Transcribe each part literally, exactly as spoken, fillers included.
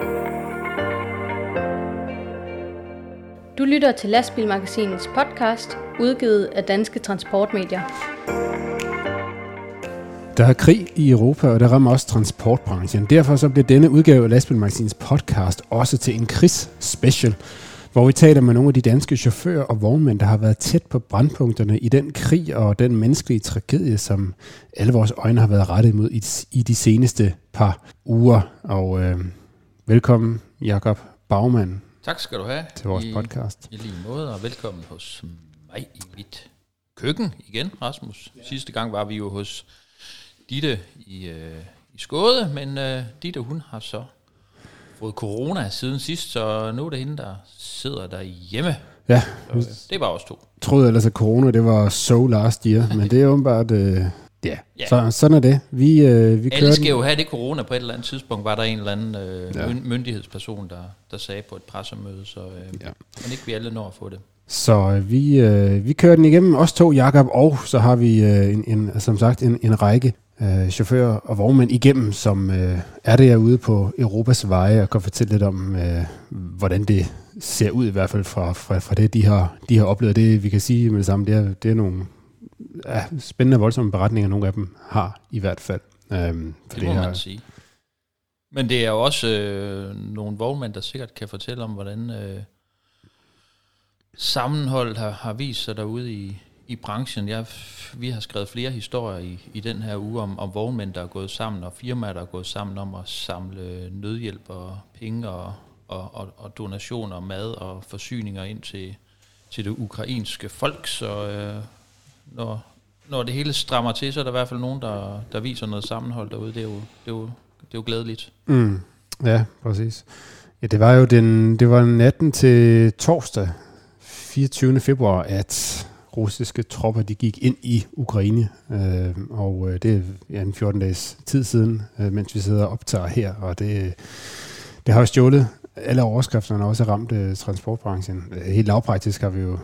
Du lytter til Lastbilmagasinets podcast, udgivet af Danske Transportmedier. Der er krig i Europa, og der rammer også transportbranchen. Derfor så bliver denne udgave af Lastbilmagasinets podcast også til en krigsspecial, hvor vi taler med nogle af de danske chauffører og vognmænd, der har været tæt på brandpunkterne i den krig og den menneskelige tragedie, som alle vores øjne har været rettet mod i, i de seneste par uger. Og øh, velkommen, Jakob Baumann. Tak skal du have til vores I, podcast. I lige måde, og velkommen hos mig i mit køkken igen, Rasmus. Ja. Sidste gang var vi jo hos Ditte i, øh, i Skåde, men øh, Ditte, hun har så fået corona siden sidst, så nu er det hende, der sidder derhjemme. Ja. Så, øh, det var os to. Jeg troede ellers, at corona det var so last year, men det er åbenbart... Øh Ja, ja. Så, sådan er det. Vi, øh, vi Alle skal jo have det corona på et eller andet tidspunkt. Var der en eller anden øh, ja. myndighedsperson, der, der sagde på et pressemøde, så øh, ja. Men ikke vi alle når at få det. Så øh, vi, øh, vi kører den igennem, os to, Jakob, og så har vi øh, en, en, som sagt en, en række øh, chauffører og vognmænd igennem, som øh, er derude på Europas veje og kan fortælle lidt om, øh, hvordan det ser ud i hvert fald fra, fra, fra det, de har, de har oplevet. Det vi kan sige med det samme, det er, det er nogle... Ja, spændende og voldsomme beretninger, nogle af dem har i hvert fald. Øhm, for det må det man sige. Men det er jo også øh, nogle vognmænd, der sikkert kan fortælle om, hvordan øh, sammenhold har, har vist sig derude i, i branchen. Jeg, vi har skrevet flere historier i, i den her uge om, om vognmænd, der er gået sammen, og firmaer, der er gået sammen om at samle nødhjælp og penge og, og, og, og donationer, mad og forsyninger ind til, til det ukrainske folk. Så... Øh, Når, når det hele strammer til, så er der i hvert fald nogen, der, der viser noget sammenhold derude. Det er jo, det er jo, det er jo glædeligt. Mm. Ja, præcis. Ja, det var jo den, det var natten til torsdag, fireogtyvende februar, at russiske tropper de gik ind i Ukraine. Øh, og det er ja, en fjorten dages tid siden, øh, mens vi sidder og optager her. Og det, det har jo stjålet alle overskrifterne, og også ramt øh, transportbranchen. Helt lavpraktisk har vi jo...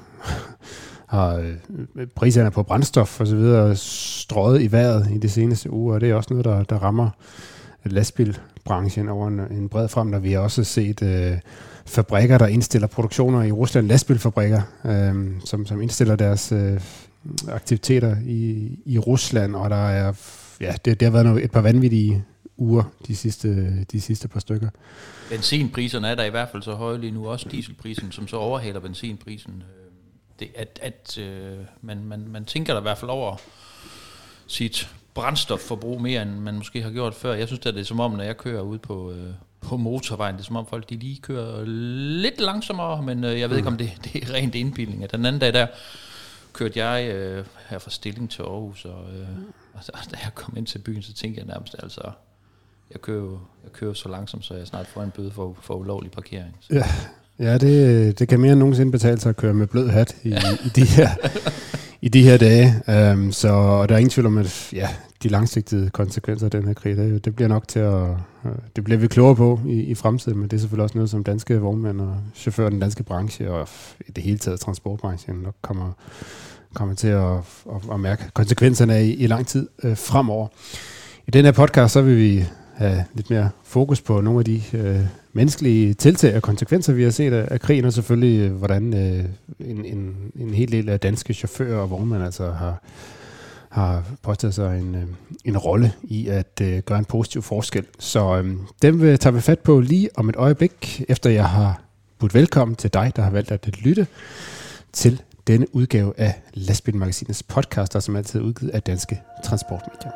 har priserne på brændstof og så videre strøget i vejret i de seneste uger, og det er også noget, der, der rammer lastbilbranchen over en, en bred frem, der vi har også set øh, fabrikker, der indstiller produktioner i Rusland, lastbilfabrikker, øh, som, som indstiller deres øh, aktiviteter i, i Rusland, og der er, ja, det, det har været noget, et par vanvittige uger de sidste, de sidste par stykker. Benzinpriserne er der i hvert fald så høje lige nu, også dieselprisen, som så overhaler benzinprisen. Det, at at øh, man, man, man tænker der i hvert fald over sit brændstofforbrug mere, end man måske har gjort før. Jeg synes, at det er som om, når jeg kører ud på, øh, på motorvejen, det er som om folk de lige kører lidt langsommere, men øh, jeg ved ikke, om det, det er rent indbildning. Den anden dag der kørte jeg øh, her fra Stilling til Aarhus, og, øh, og så, da jeg kom ind til byen, så tænkte jeg nærmest, altså, jeg kører, jeg kører så langsomt, så jeg snart får en bøde for, for ulovlig parkering. Så. Ja. Ja, det, det kan mere end nogensinde betale sig at køre med blød hat i, i, de, her, i de her dage. Um, så og der er ingen tvivl om, at ja, de langsigtede konsekvenser af den her krig, det, det bliver nok til at... Det bliver vi klogere på i, i fremtiden, men det er selvfølgelig også noget, som danske vognmænd og chauffører i den danske branche og i det hele taget transportbranchen nok kommer, kommer til at, at, at mærke konsekvenserne af i, i lang tid uh, fremover. I den her podcast, så vil vi have lidt mere fokus på nogle af de øh, menneskelige tiltag og konsekvenser, vi har set af, af krigen, og selvfølgelig, øh, hvordan øh, en, en, en hel del af danske chauffører og vognmænd altså har, har påtaget sig en, øh, en rolle i at øh, gøre en positiv forskel. Så øh, dem vil, tager vi fat på lige om et øjeblik, efter jeg har budt velkommen til dig, der har valgt at lytte til denne udgave af Lastbilmagasinets podcast, der som altid er udgivet af Danske Transportmedier.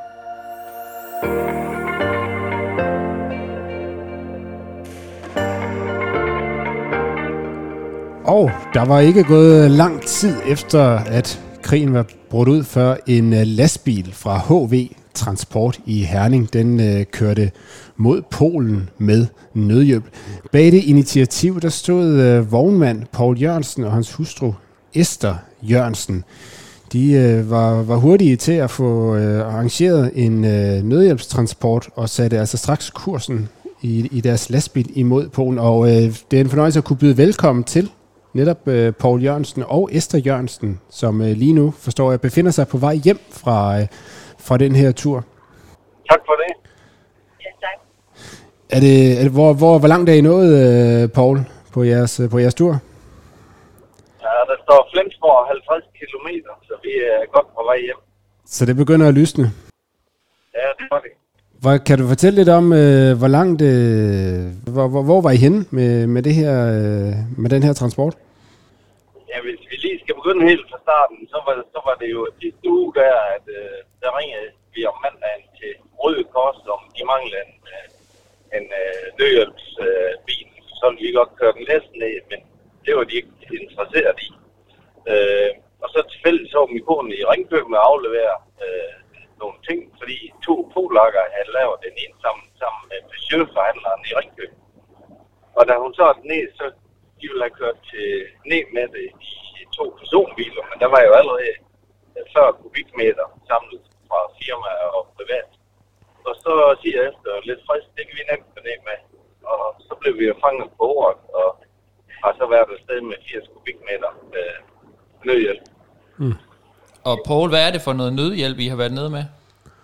Og der var ikke gået lang tid efter, at krigen var brudt ud, før en lastbil fra H V Transport i Herning, den øh, kørte mod Polen med nødhjælp. Bag det initiativ, der stod øh, vognmand Poul Jørgensen og hans hustru Esther Jørgensen. De øh, var, var hurtige til at få øh, arrangeret en øh, nødhjælpstransport og satte altså straks kursen i, i deres lastbil imod Polen. Og øh, det er en fornøjelse at kunne byde velkommen til netop øh, Poul Jørgensen og Esther Jørgensen, som øh, lige nu, forstår jeg, befinder sig på vej hjem fra, øh, fra den her tur. Tak for det. Ja, tak. Er det, er det hvor, hvor, hvor langt er I nået, øh, Paul, på jeres, på jeres tur? Ja, der står Flensborg halvtreds kilometer, så vi er godt på vej hjem. Så det begynder at lysne? Ja, det var det. Hvor, kan du fortælle lidt om, øh, hvor langt, øh, hvor, hvor, hvor var I henne med, med, det her, øh, med den her transport? Ja, hvis vi lige skal begynde helt fra starten, så var det, så var det jo sidste uge der, at øh, der ringede vi om mandagen til Røde Kors, om de manglede en, øh, en øh, nødhjælpsbil. Øh, så ville vi godt køre den næsten ned, men det var de ikke interesseret i. Øh, og så tilfældigt så min kone i Ringkøbing og aflevere øh, nogle ting, fordi to polakker havde lavet en indsamling sammen med Peugeot-forhandleren i Ringkøbing. Og da hun så den ned, så de ville have kørt til ned med det i to personbiler, men der var jo allerede fyrre kubikmeter samlet fra firma og privat. Og så siger jeg efter lidt frisk, det kan vi nemt gå ned med. Og så blev vi jo fanget på ordet, og har så været et sted med firs kubikmeter øh, nødhjælp. Mm. Og Paul, hvad er det for noget nødhjælp, I har været nede med?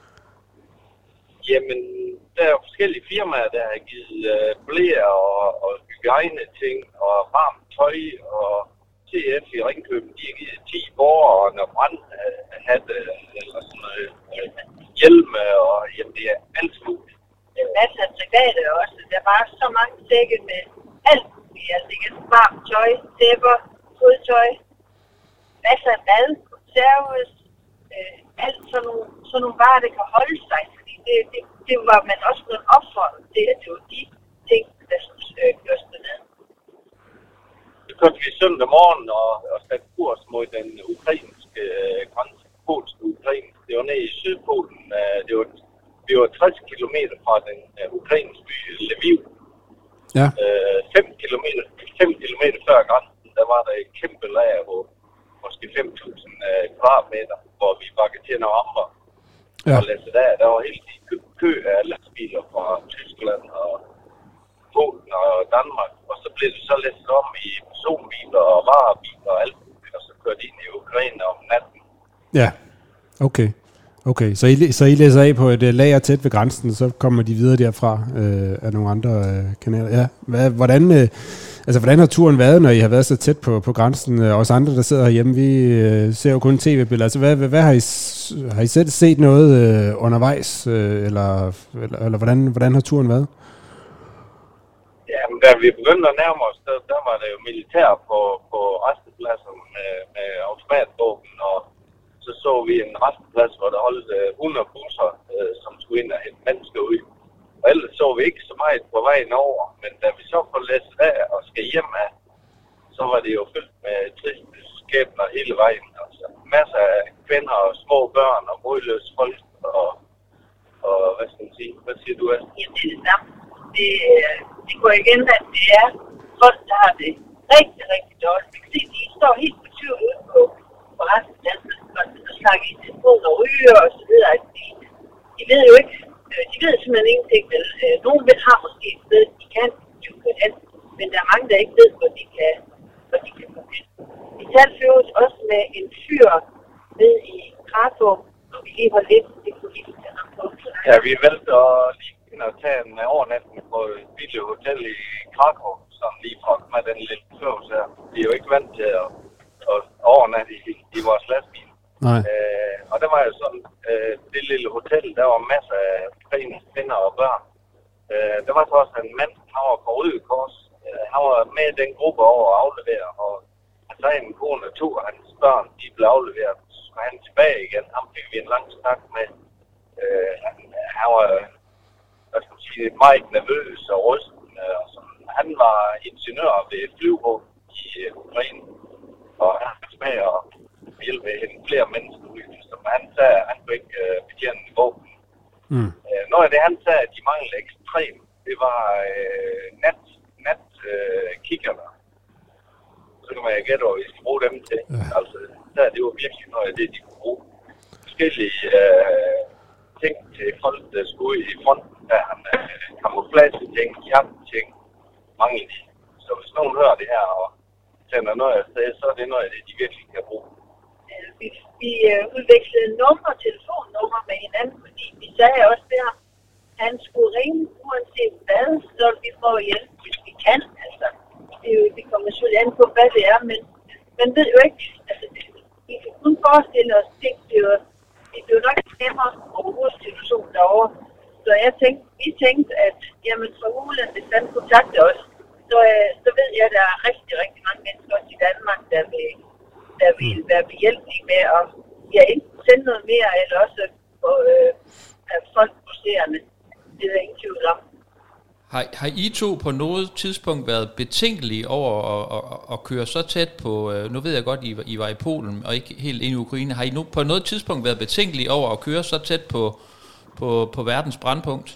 Jamen, der er forskellige firmaer, der har givet øh, blæer og, og hygiejne-ting og varmt tøj, og T F i Ringkøbing, de har givet ti borgere og en brandhatte eller sådan noget, øh, hjelme, og jamen, det er alt muligt. Det er masser af private også. Der var så mange sække med alt muligt. Altså igen, varmt tøj, tæpper, fodtøj, masser af mad, konserves, øh, alt sådan nogle, sådan nogle varer, der kan holde sig. Fordi det, det, det var man også blevet opfordret til, at det var de ting, der skulle øh, gøres ned. Så kom vi søndag morgen og, og satte kurs mod den ukrainske øh, grænse, polske Ukraine. Det var nede i Sydpolen. Øh, det var, vi var tres kilometer fra den øh, ukrainske by Lviv. Ja. Øh, fem kilometer før grænsen, der var der et kæmpe lager på måske fem tusind øh, kvadratmeter, hvor vi bakkede til nogle andre. Ja. Og læste der, der var helt i kø, kø af lastbiler fra Tyskland og Polen og Danmark. Og så blev det så læsset om i personbiler og varebiler og alt muligt, og så kørte ind i Ukraine om natten. Ja, okay. Okay, så I, så I læser af på et uh, lager tæt ved grænsen, så kommer de videre derfra øh, af nogle andre øh, kanaler. Ja, Hvad, hvordan, øh, altså, hvordan har turen været, når I har været så tæt på, på grænsen? Og os andre, der sidder herhjemme, vi øh, ser jo kun tv-billeder. Altså, hvad, hvad, hvad har I, har I selv set noget øh, undervejs, øh, eller, eller, eller hvordan, hvordan har turen været? Ja, men da vi begyndte at nærme os, der, der var der jo militær på, på restepladser med, med automatvåben, og så så vi en resteplads, hvor der holdt øh, hundrede busser, øh, som skulle ind og hente mennesker ud. Og ellers så vi ikke så meget på vejen over, men da vi så får læst af og skal hjem af, så var det jo fyldt med triste skæbner hele vejen. Altså masser af kvinder og små børn og modløse folk, og, og hvad skal man sige? Hvad siger du, Astrid? Jamen, det er det samme. Det, det går igen, at det er folk, der har det rigtig, rigtig dårligt. Vi kan se, de står helt på tur ude på, på resten af Danmark, og så snakker i telefon og ryger og så videre. De, de ved jo ikke, de ved simpelthen ingenting. Men, øh, nogen ved, har måske et sted, de kan jo gå hen, men der er mange, der ikke ved, hvor de kan, hvor de kan gå hen. Vi talte også med en fyr ned i Krakow, og vi lige holdt lidt, det kunne vi lige tage ham på. Ja, vi valgte at lige at tage en overnatning på et billigt hotel i Krakow, som lige for med den lille flås her. Vi er jo ikke vant til at, at overnatte i, i vores lastbil. Nej. Øh, og der var jo sådan, øh, det lille hotel, der var masser af ukrainske kvinder og børn. Øh, der var så også en mand, han var på Røde Kors. Øh, han var med i den gruppe over at aflevere, og så en kone og to af hans børn, de blev afleveret. Så skulle han tilbage igen. Han fik vi en lang snak med. Øh, han, han var, hvad skal man sige, meget nervøs og rystende. Og sådan. Han var ingeniør ved flyvevåben i uh, Ukraine, og han var med at hjælpe hende flere mennesker ud. Som han sagde, at han kunne ikke uh, betjene våben. Mm. Uh, noget af det, han sagde, at de manglede ekstremt, det var uh, nat, nat uh, kiggerne. Så kan man gætte, at vi skal bruge dem til. Ja. Altså, der, det var virkelig noget af det, de kunne bruge. Forskellige uh, ting til folk, der skulle ud i fronten. Der han uh, camouflage-ting, jagt-ting, mangler de. Så hvis nogen hører det her og sender noget af sted, så er det noget af det, de virkelig kan bruge. Vi, vi uh, udvekslede numre, telefonnumre med hinanden, fordi vi sagde også der, han skulle ringe, uanset hvad, så vi får hjælp, hvis vi kan. Altså, det, er jo, det kommer selvfølgelig an på, hvad det er, men man ved jo ikke, altså, det, vi kan kun forestille os ting, det er jo, det er jo nok nemmere overhovedet situation derovre. Så jeg tænkte, vi tænkte, at jamen, fra Uland, hvis den kontakter os, så, så ved jeg, at der er rigtig, rigtig mange mennesker også i Danmark, der vil, der vil være behjælpelige med at ja, enten sende noget mere, eller også på øh, folk museerne. Det er der ingen tvivl om. Har, har I to på noget tidspunkt været betænkelige over at, at, at køre så tæt på, nu ved jeg godt, I, I var i Polen og ikke helt inde i Ukraine, har I nu på noget tidspunkt været betænkelige over at køre så tæt på, på, på verdens brandpunkt?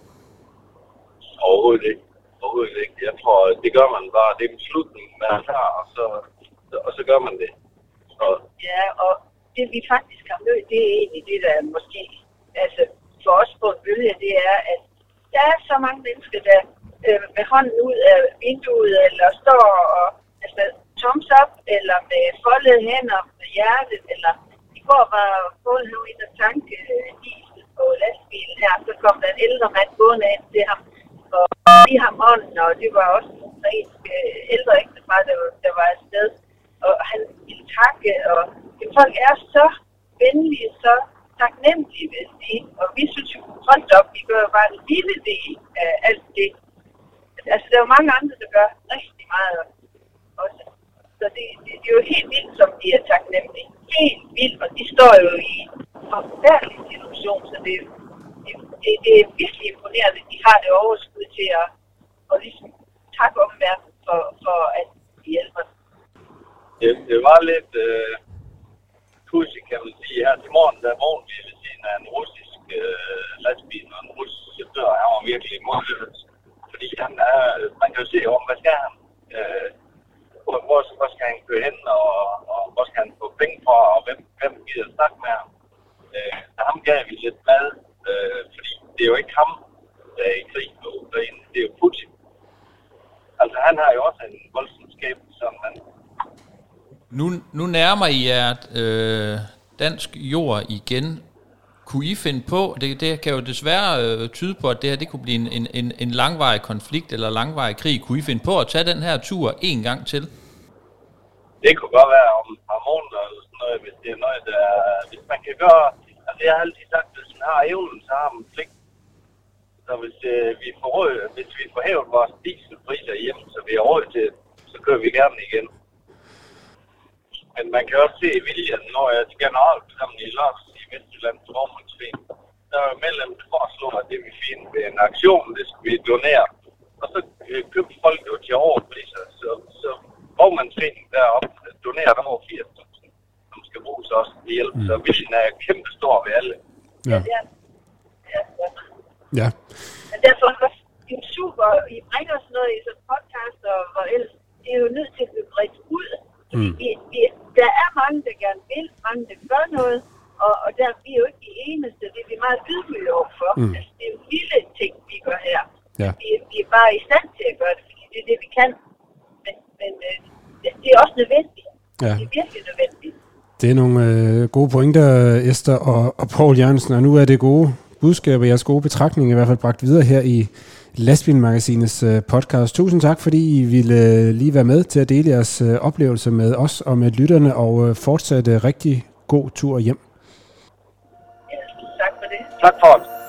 Overhovedet ikke. Overhovedet ikke. Jeg tror, det gør man bare. Det er en beslutning, man tager, og så, og så gør man det. Så. Ja, og det vi faktisk har mødt, det er egentlig det, der måske, altså for os på en bølge, det er, at der er så mange mennesker, der øh, med hånden ud af vinduet, eller står og altså thumbs up, eller med foldede hænder, med hjertet, eller i går var Poul nu ind og tanke øh, diesel på lastbilen her, så kom der en ældre mand gående ind til ham, og give ham hånden, og det var også en øh, ældre ægtefar, der, der var afsted, og han ville takke, og jamen, folk er så venlige, så taknemmelige, vil jeg sige. Og vi synes jo, holdt op, vi gør jo bare en lille del af alt det. Altså, der er jo mange andre, der gør rigtig meget også. Så det, det, det er jo helt vildt, som de er taknemmelige. Helt vildt, og de står jo i en forfærdelig situation, så det, det, det, det er virkelig imponerende, at de har det overskud til at, at ligesom takke omverdenen for, for at de hjælper. Det, det var lidt øh, pudsigt, kan man sige. Her til morgen, der vågnede vi ved siden af en russisk øh, lastbil, og en russisk chauffør, han var virkelig målløs. Fordi han er, man kan jo se om, hvad skal han? Øh, hvor, hvor skal han køre hen, og, og hvor skal han få penge fra, og hvem, hvem gider snakke med ham? Øh, så ham gav vi lidt mad, øh, fordi det er jo ikke ham, der er i krig med Ukraine, det er jo Putin. Altså han har jo også en voldsom skæbne, som man... Nu, nu nærmer I jer øh, dansk jord igen. Kunne I finde på, det, det kan jo desværre øh, tyde på, at det her det kunne blive en, en, en, en langvarig konflikt eller langvarig krig. Kunne I finde på at tage den her tur en gang til? Det kunne godt være om et par måneder eller sådan noget, hvis det er noget, der... Hvis man kan gøre... Altså jeg har altid sagt, at hvis man har evnen, så har man pligt. Så hvis, øh, vi, får råd, hvis vi får hævet vores dieselpriser hjem, så vi har råd til, så kører vi gerne igen. Men man kan også se viljen, når jeg til generalforsamlingen i Lars i Vestjylland til Vormundsfien. Der er jo medlem, der foreslår, at det vi finder ved en aktion, det skal vi donere. Og så køber folk jo til overpriser. Så, så Vormundsfien deroppe donerer der over firs tusind, som skal bruges også til hjælp. Mm. Så viljen er kæmpe stor ved alle. Ja. Ja, ja, ja. Ja. Men derfor er det super, I bringer sådan noget i sådan podcast, og, og ellers, det er jo nødt til at blive bredt ud. Mm. Vi, vi, der er mange, der gerne vil, mange, der gør noget, og, og der vi er jo ikke de eneste, det er vi meget ydmyge overfor. Mm. Altså, det er jo lille ting, vi gør her. Ja. Vi, vi er bare i stand til at gøre det, fordi det er det, vi kan. Men, men øh, det, det er også nødvendigt. Ja. Det er virkelig nødvendigt. Det er nogle øh, gode pointer, Esther og, og Poul Jørgensen, og nu er det gode budskaber, jeres gode betragtninger i hvert fald bragt videre her i Lastbilmagasinets podcast. Tusind tak, fordi I ville lige være med til at dele jeres oplevelser med os og med lytterne, og fortsætte rigtig god tur hjem. Ja, tak for det. Tak for det.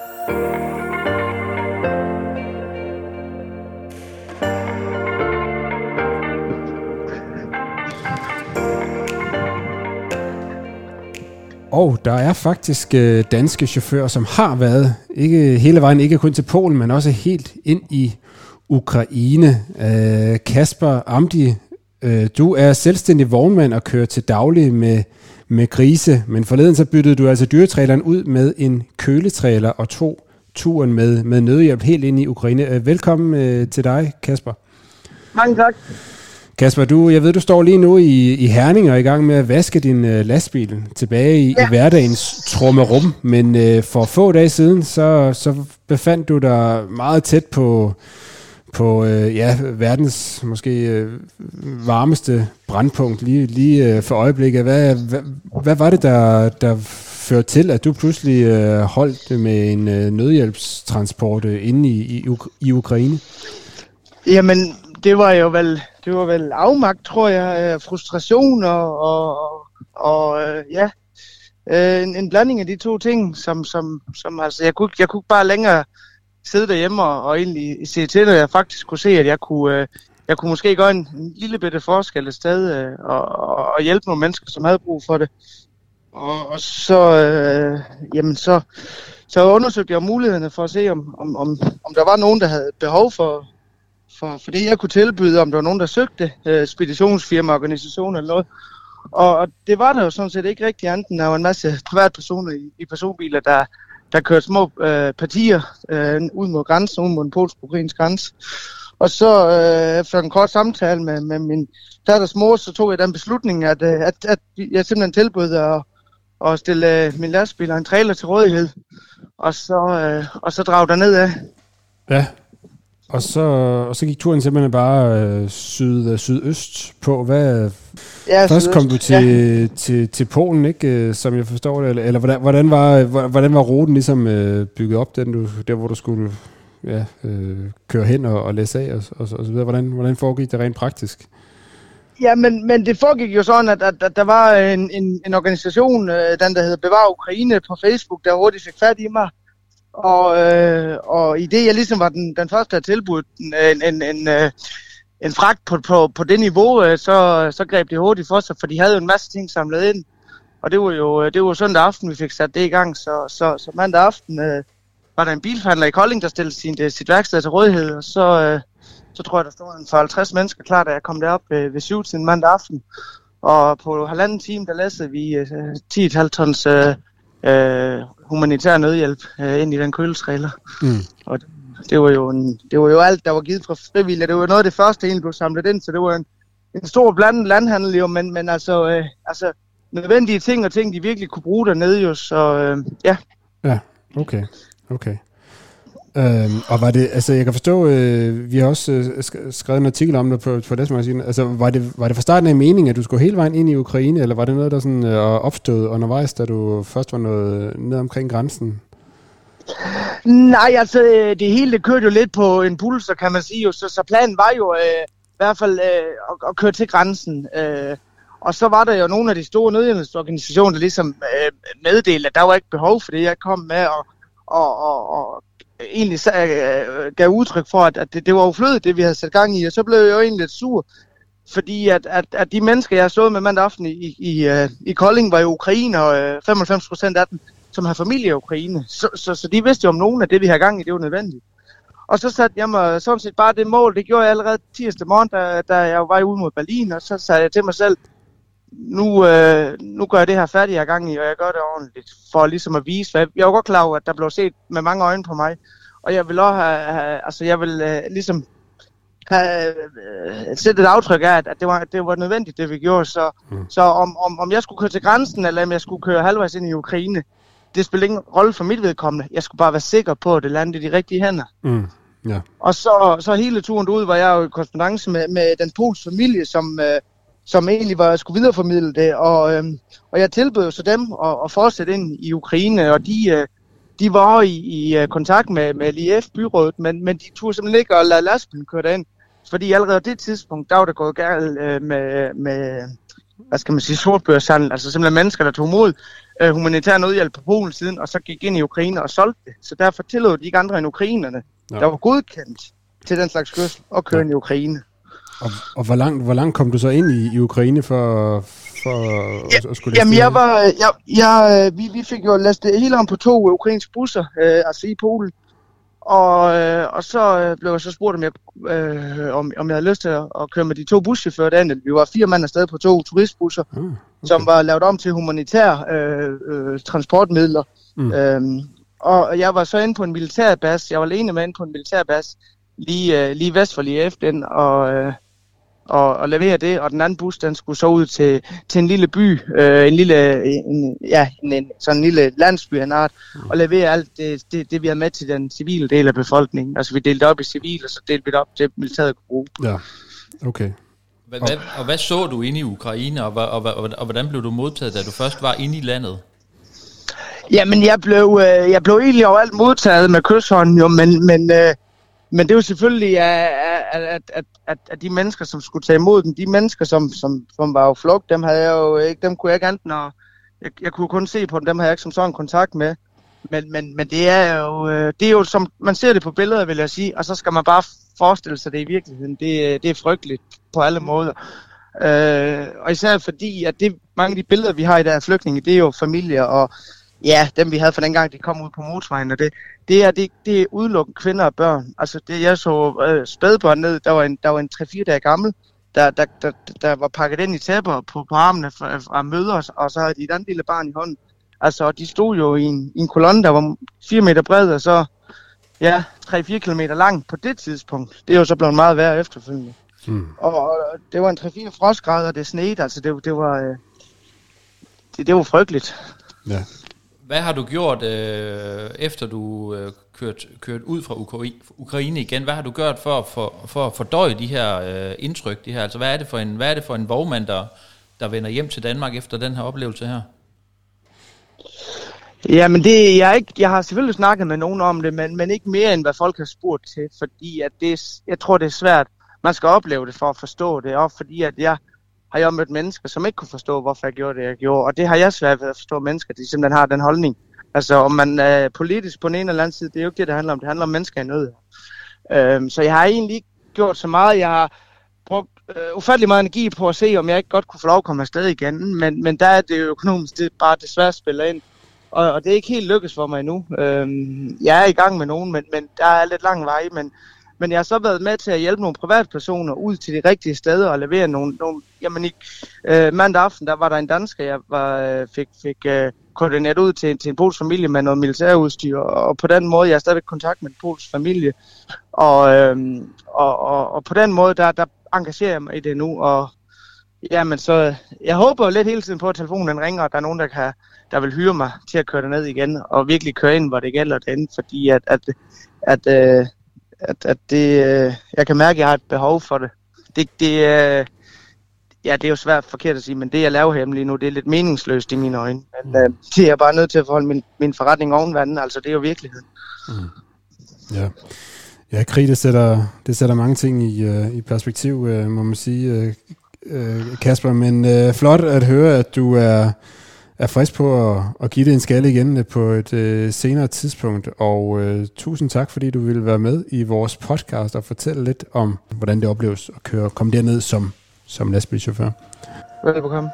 Og der er faktisk øh, danske chauffører, som har været ikke hele vejen, ikke kun til Polen, men også helt ind i Ukraine. Øh, Kasper Amdi, øh, du er selvstændig vognmand og kører til daglig med, med grise, men forleden så byttede du altså dyretraileren ud med en køletrailer og tog turen med, med nødhjælp helt ind i Ukraine. Øh, velkommen øh, til dig, Kasper. Mange tak. Kasper, du, jeg ved, du står lige nu i, i Herning og er i gang med at vaske din uh, lastbil tilbage i, ja. i hverdagens trummerum, men uh, for få dage siden, så, så befandt du dig meget tæt på, på uh, ja, verdens måske uh, varmeste brandpunkt lige, lige uh, for øjeblikket. Hvad, hvad, hvad var det, der, der ført til, at du pludselig øh, holdt med en øh, nødhjælpstransport øh, inde i, i, i Ukraine? Jamen, det var jo vel, det var vel afmagt, tror jeg, øh, frustration og, og, og øh, ja, øh, en, en blanding af de to ting, som, som, som altså, jeg kunne, jeg kunne bare længere sidde derhjemme og, og egentlig se til, at jeg faktisk kunne se, at jeg kunne, øh, jeg kunne måske gøre en, en lille bitte forskel et sted øh, og, og, og hjælpe nogle mennesker, som havde brug for det. Og, og så, øh, jamen så, så undersøgte jeg mulighederne for at se, om, om, om, om der var nogen, der havde behov for, for, for det, jeg kunne tilbyde, om der var nogen, der søgte øh, speditionsfirma, organisationer eller noget. Og, og det var der jo sådan set ikke rigtig andet, end der var en masse privatpersoner i, i personbiler, der, der kørte små øh, partier øh, ud mod grænsen, ud mod den polsk-ukrainske grænse. Og så øh, efter en kort samtale med, med min datters mor, så tog jeg den beslutning, at, at, at jeg simpelthen tilbød at, at stille min lastbil og en trailer til rådighed, og så, øh, og så drage derned af. Ja, og så, og så gik turen simpelthen bare øh, syd, sydøst på. Hvad, ja, først sydøst. kom du til, ja. til, til, til Polen, ikke, som jeg forstår det, eller, eller hvordan, hvordan, var, hvordan var ruten ligesom øh, bygget op, den, du, der hvor du skulle ja, øh, køre hen og, og læse af, og, og, og så videre. Hvordan, hvordan foregik det rent praktisk? Ja, men, men det foregik jo sådan, at, at, at der var en, en, en organisation, øh, den der hedder Bevar Ukraine på Facebook, der hurtigt fik fat i mig. Og, øh, og i det, jeg ligesom var den, den første, der tilbudt en, en, en, en, en fragt på, på, på det niveau, øh, så, så greb det hurtigt for sig, for de havde jo en masse ting samlet ind. Og det var jo det var søndag aften, vi fik sat det i gang, så, så, så mandag aften øh, var der en bilforhandler i Kolding, der stillede sin, sit værksted til rådighed, og så... Øh, Så tror jeg, der stod en for halvtreds mennesker klar, da jeg kom derop øh, ved syv til mandag aften. Og på halvanden time, der læssede vi øh, ti komma fem tons øh, øh, humanitær nødhjælp øh, ind i den køletrailer. Mm. Og det, det, var jo en, det var jo alt, der var givet fra frivillige. Det var noget af det første, der egentlig blev samlet ind, så det var en, en stor blandet landhandel jo, men, men altså, øh, altså nødvendige ting og ting, de virkelig kunne bruge dernede jo, så øh, ja. Ja, okay, okay. Øhm, og var det, altså jeg kan forstå, øh, vi har også øh, skrevet en artikel om det på, på Læsmagasinet, altså var det, var det fra starten af meningen, at du skulle hele vejen ind i Ukraine, eller var det noget, der sådan øh, opstod undervejs, da du først var nået ned omkring grænsen? Nej, altså det hele det kørte jo lidt på en pulser, kan man sige, så, så planen var jo øh, i hvert fald øh, at, at køre til grænsen, øh, og så var der jo nogle af de store nødhjælpsorganisationer, der ligesom øh, meddelte, at der var ikke behov for det, jeg kom med, og, og, og, og egentlig øh, gav udtryk for, at, at det, det var overflødigt, det vi havde sat gang i, og så blev jeg jo egentlig lidt sur, fordi at, at, at de mennesker, jeg stod med mandag aften i, i, uh, i Kolding, var jo ukrainer, og uh, femoghalvfems procent af dem, som har familie i Ukraine, så, så, så de vidste jo om nogen af det, vi havde gang i, det var nødvendigt. Og så satte jeg mig sådan set bare det mål, det gjorde jeg allerede tirsdag morgen, da, da jeg var ude mod Berlin, og så sagde jeg til mig selv, Nu, øh, nu gør jeg det her færdigt, jeg er gang i, og jeg gør det ordentligt, for ligesom at vise, hvad jeg var godt klar over, at der blev set med mange øjne på mig, og jeg vil også have, have altså jeg vil øh, ligesom have øh, sætte et aftryk af, at det var, det var nødvendigt, det vi gjorde, så, mm. så om, om, om jeg skulle køre til grænsen, eller om jeg skulle køre halvvejs ind i Ukraine, det spiller ingen rolle for mit vedkommende, jeg skulle bare være sikker på, at det landede i de rigtige hænder. Mm. Yeah. Og så, så hele turen ud var jeg jo i korrespondance med, med den polske familie, som øh, som egentlig var, skulle videreformidle det, og, øhm, og jeg tilbød jo så dem at, at fortsætte ind i Ukraine, og de, øh, de var i, i kontakt med, med L I F-byrådet, men, men de turde simpelthen ikke at lade lastbilen køre derind, fordi allerede det tidspunkt, der var der gået galt øh, med, med, hvad skal man sige, sortbørshandel, altså simpelthen mennesker, der tog mod øh, humanitær nødhjælp på Polen siden, og så gik ind i Ukraine og solgte det, så derfor tillod de ikke andre end ukrainerne, ja. Der var godkendt til den slags kørsel og køre ja. ind i Ukraine. Og, og hvor langt hvor langt kom du så ind i, i Ukraine for, for ja, at, at skulle læse? Jamen jeg var, jeg, jeg, vi, vi fik jo lastet hele om på to ukrainske busser, øh, altså i Polen, og, øh, og så øh, blev jeg så spurgt, om jeg, øh, om, om jeg havde lyst til at, at køre med de to buschauffører derinde. Vi var fire mand afsted på to turistbusser, ah, okay. som var lavet om til humanitære øh, øh, transportmidler. Mm. Øhm, og jeg var så inde på en militærbase, jeg var alene med inde på en militærbase, lige, øh, lige vest for L I F, den, og... Øh, Og, og levere det, og den anden bus, den skulle så ud til, til en lille by, øh, en lille, en, ja, en, en, sådan en lille landsby af en art, og levere alt det, det, det, vi har med til den civile del af befolkningen. Altså vi delte op i civil, og så delte vi det op til militæret kunne bruge. Ja, okay. Hvad, hvad, og hvad så du inde i Ukraine, og, og, og, og hvordan blev du modtaget, da du først var inde i landet? Jamen, jeg blev, øh, jeg blev egentlig overalt modtaget med kysshånden, jo, men, men, øh, men det er jo selvfølgelig, at, at, at, at, at de mennesker, som skulle tage imod dem, de mennesker, som, som, som var jo flugt, dem havde jeg jo ikke, dem kunne jeg ikke enten, og jeg, jeg kunne kun se på dem, dem havde jeg ikke som sådan kontakt med. Men, men, men det er jo, øh, det er jo som, man ser det på billeder, vil jeg sige, og så skal man bare forestille sig det i virkeligheden. Det, det er frygteligt på alle måder. Øh, og især fordi, at det, mange af de billeder, vi har i der af flygtninge, det er jo familier, og ja, dem vi havde fra dengang, de kom ud på motorvejen, og det, det er, det, det er udelukkende kvinder og børn. Altså, det jeg så øh, spædbørn ned, der var en, der var en tre fire dage gammel, der, der, der, der var pakket ind i tæpper på, på armene fra, fra mødre, og så havde de et andet lille barn i hånden. Altså, de stod jo i en, i en kolonne, der var fire meter bred, og så, ja, tre fire kilometer lang på det tidspunkt. Det er jo så blevet meget værre efterfølgende. Mm. Og, og det var en tre fire frostgrader, og det snede, altså, det, det var, øh, det, det var frygteligt. Ja. Hvad har du gjort, øh, efter du øh, kørt, kørt ud fra Ukra- Ukraine igen? Hvad har du gjort for, for, for at fordøje de her øh, indtryk? De her? Altså, hvad er det for en, hvad er det for en vognmand, der, der vender hjem til Danmark efter den her oplevelse her? Ja, men det, jeg, ikke, jeg har selvfølgelig snakket med nogen om det, men, men ikke mere end hvad folk har spurgt til, fordi at det, jeg tror, det er svært. Man skal opleve det for at forstå det, og fordi at jeg har jo mødt mennesker, som ikke kunne forstå, hvorfor jeg gjorde det, jeg gjorde, og det har jeg svært ved at forstå mennesker, de simpelthen har den holdning. Altså, om man er politisk på den ene eller anden side, det er jo ikke det, det handler om. Det handler om mennesker i nød. Øhm, så jeg har egentlig ikke gjort så meget. Jeg har brugt øh, ufattelig meget energi på at se, om jeg ikke godt kunne få lov at komme afsted igen, men, men der er det jo økonomisk, det er bare desværre spiller ind. Og, og det er ikke helt lykkes for mig endnu. Øhm, jeg er i gang med nogen, men, men der er lidt lang vej. Men, men jeg har så været med til at hjælpe nogle privatpersoner ud til de rigtige steder og levere nogle... nogle jamen, i, øh, mandag aften, der var der en dansker, jeg var, øh, fik, fik øh, koordineret ud til, til en polsk familie med noget militærudstyr. Og på den måde, jeg er stadigvæk i kontakt med en polsk familie. Og, øh, og, og, og på den måde, der, der engagerer jeg mig i det nu. Og jamen, så jeg håber lidt hele tiden på, at telefonen ringer, og der er nogen, der kan... der vil hyre mig til at køre derned igen, og virkelig køre ind, hvor det gælder den, fordi at, at, at, at, at, at det, jeg kan mærke, at jeg har et behov for det. Det, det, ja, det er jo svært forkert at sige, men det, jeg laver hjemme lige nu, det er lidt meningsløst i mine øjne. Men mm. det er jeg bare nødt til at forholde min, min forretning oven vandet, altså det er jo virkeligheden. Mm. Ja. Ja, krig, det sætter, det sætter mange ting i, uh, i perspektiv, uh, må man sige, uh, uh, Kasper, men uh, flot at høre, at du er er frisk på at, at give det en skalle igen på et øh, senere tidspunkt, og øh, tusind tak, fordi du ville være med i vores podcast og fortælle lidt om, hvordan det opleves at køre, komme derned som, som lastbilchauffør. Velbekomme.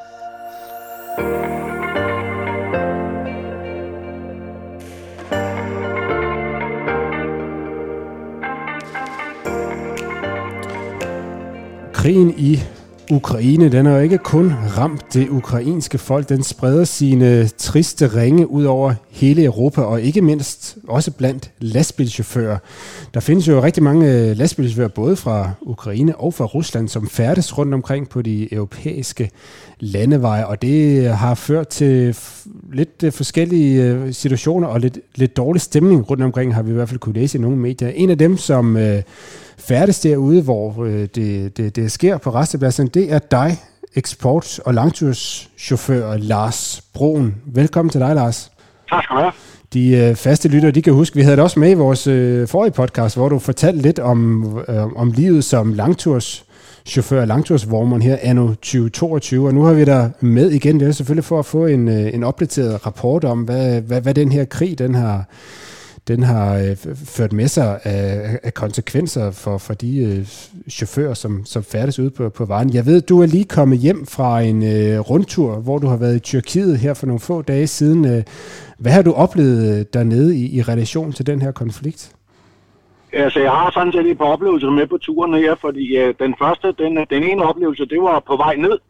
Krigen i Ukraine, den har jo ikke kun ramt det ukrainske folk, den spreder sine triste ringe ud over hele Europa, og ikke mindst også blandt lastbilchauffører. Der findes jo rigtig mange lastbilchauffører, både fra Ukraine og fra Rusland, som færdes rundt omkring på de europæiske landeveje, og det har ført til lidt forskellige situationer og lidt, lidt dårlig stemning rundt omkring, har vi i hvert fald kunne læse i nogle medier. En af dem, som færdes derude, hvor øh, det, det, det sker på rastepladsen, det er dig, eksport- og langturschauffør Lars Broen. Velkommen til dig, Lars. Tak skal du have. De øh, faste lyttere, de kan huske, vi havde det også med i vores øh, forrige podcast, hvor du fortalte lidt om, øh, om livet som langturschauffør og langtursvognmand her anno tyve toogtyve, og nu har vi dig med igen. Det er selvfølgelig for at få en, øh, en opdateret rapport om, hvad, hvad, hvad den her krig, den har den har øh, ført med sig af, af konsekvenser for, for de øh, chauffører, som, som færdes ude på, på vejen. Jeg ved, du er lige kommet hjem fra en øh, rundtur, hvor du har været i Tyrkiet her for nogle få dage siden. Øh, hvad har du oplevet dernede i, i relation til den her konflikt? Altså, jeg har sådan set et par oplevelser med på turen her, fordi øh, den første, den, den ene oplevelse, det var på vej ned.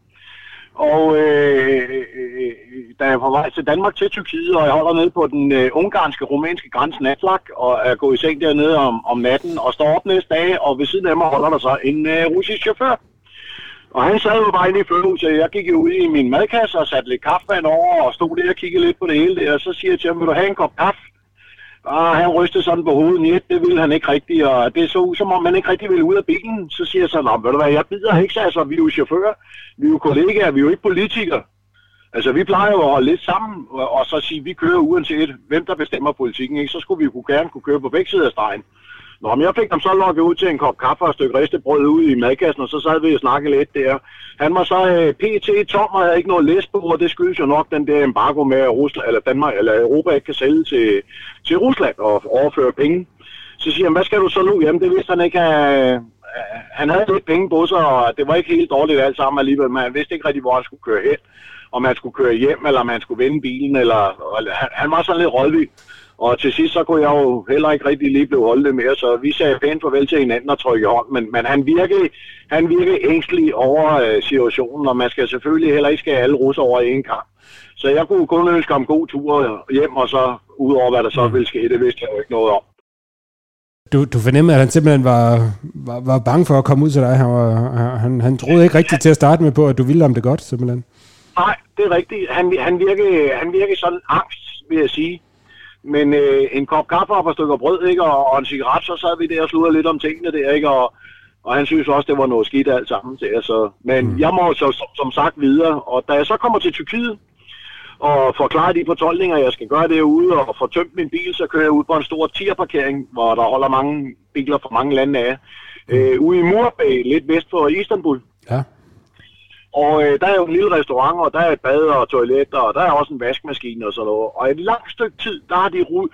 Og øh, øh, da jeg er på vej til Danmark til Tyrkiet, og jeg holder nede på den øh, ungarske, rumænske grænse Natlak, og er gået i seng dernede om, om natten, og står op næste dag, og ved siden af mig holder der så en øh, russisk chauffør. Og han sad jo bare inde i førerhuset, jeg gik jo ud i min madkasse og satte lidt kaffevand over, og stod der og kiggede lidt på det hele der, og så siger jeg til ham, vil du have en kop kaffe? Og han rystede sådan på hovedet, nej, det ville han ikke rigtigt, og det så ud, som om man ikke rigtig ville ud af bilen. Så siger jeg så, nå, ved du hvad, jeg bider ikke, altså, vi er jo chauffører, vi er jo kollegaer, vi er jo ikke politikere. Altså, vi plejer jo at holde lidt sammen, og, og så sige, at vi kører uanset hvem der bestemmer politikken, ikke? Så skulle vi jo gerne kunne køre på begge sider af stregen. Nå, men jeg fik ham så lukket ud til en kop kaffe og et stykke ristebrød ude i madkassen, og så sad vi og snakkede lidt der. Han var så øh, P T tom og havde ikke noget læs på, og det skyldes jo nok den der embargo med, at Rusland, eller Danmark, eller Europa ikke kan sælge til, til Rusland og overføre penge. Så siger han, hvad skal du så nu? Jamen, det vidste han ikke. Øh, han havde lidt penge på sig, og det var ikke helt dårligt alt sammen alligevel, men han vidste ikke rigtig, hvor han skulle køre hen. Om man skulle køre hjem, eller om man skulle vende bilen, eller, eller han, han var sådan lidt rådvild. Og til sidst så kunne jeg jo heller ikke rigtig lige blive holdt mere, så vi sagde pænt farvel til hinanden og trykke hånd, men, men han virkede, han virkede ængstelig over øh, situationen, og man skal selvfølgelig heller ikke skære alle russer over i en kamp. Så jeg kunne kun ønske ham god tur hjem, og så ud over hvad der så ville ske, det vidste jeg jo ikke noget om. Du, du fornemmede, at han simpelthen var, var, var bange for at komme ud til dig. Han, var, han, han troede ikke rigtigt til at starte med på, at du ville ham det godt, simpelthen. Nej, det er rigtigt. Han, han, virkede, han virkede sådan angst, vil jeg sige. Men øh, en kop kaffe og et stykker brød, ikke, og, og en cigaret, så sad vi der og sludrede lidt om tingene der, ikke, og, og han synes også, det var noget skidt alt sammen til. Altså. Men mm. jeg må så som, som sagt videre, og da jeg så kommer til Tyrkiet og forklarer de fortolkninger, jeg skal gøre derude, og får tømt min bil, så kører jeg ud på en stor tierparkering, hvor der holder mange biler fra mange lande af, mm. øh, ude i Murbey, lidt vest for Istanbul. Ja. Og øh, der er jo en lille restaurant, og der er et bad og toiletter, og der er også en vaskemaskine og sådan noget. Og et langt stykke tid, der har de, ru-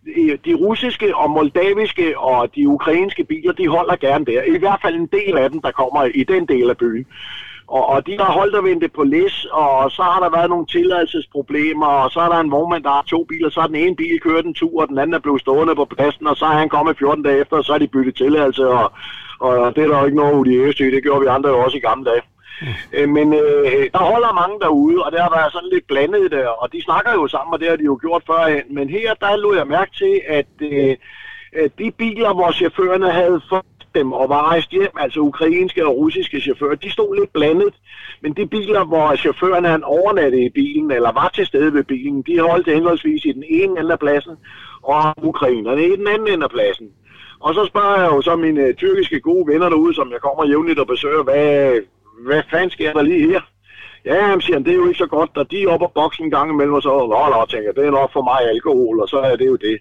de russiske og moldaviske og de ukrainske biler, de holder gerne der. I hvert fald en del af dem, der kommer i den del af byen. Og, og de har holdt og ventet på læs, og så har der været nogle tilladelsesproblemer, og så er der en vognmand, der har to biler, så er den ene bil kørt en tur, og den anden er blevet stående på pladsen, og så er han kommet fjorten dage efter, og så er de byttet tilladelse, og, og det er der jo ikke noget odiøst i, det gjorde vi andre jo også i gamle dage. Mm. Men øh, der holder mange derude, og det har været sådan lidt blandet der, og de snakker jo sammen, og det har de jo gjort førhen. Men her, der lå jeg mærke til, at øh, de biler, hvor chaufførerne havde fået dem og var rejst hjem, altså ukrainske og russiske chauffører, de stod lidt blandet. Men de biler, hvor chaufførerne han overnattede i bilen, eller var til stede ved bilen, de holdt henholdsvis i den ene ende af pladsen, og ukrainerne i den anden ende af pladsen. Og så spørger jeg jo så mine tyrkiske gode venner derude, som jeg kommer jævnligt og besøger, hvad... Hvad fanden sker der lige her? Ja, han siger, det er jo ikke så godt, og de er oppe på boksen en gang imellem, og så og tænker det er nok for mig alkohol, og så er det jo det.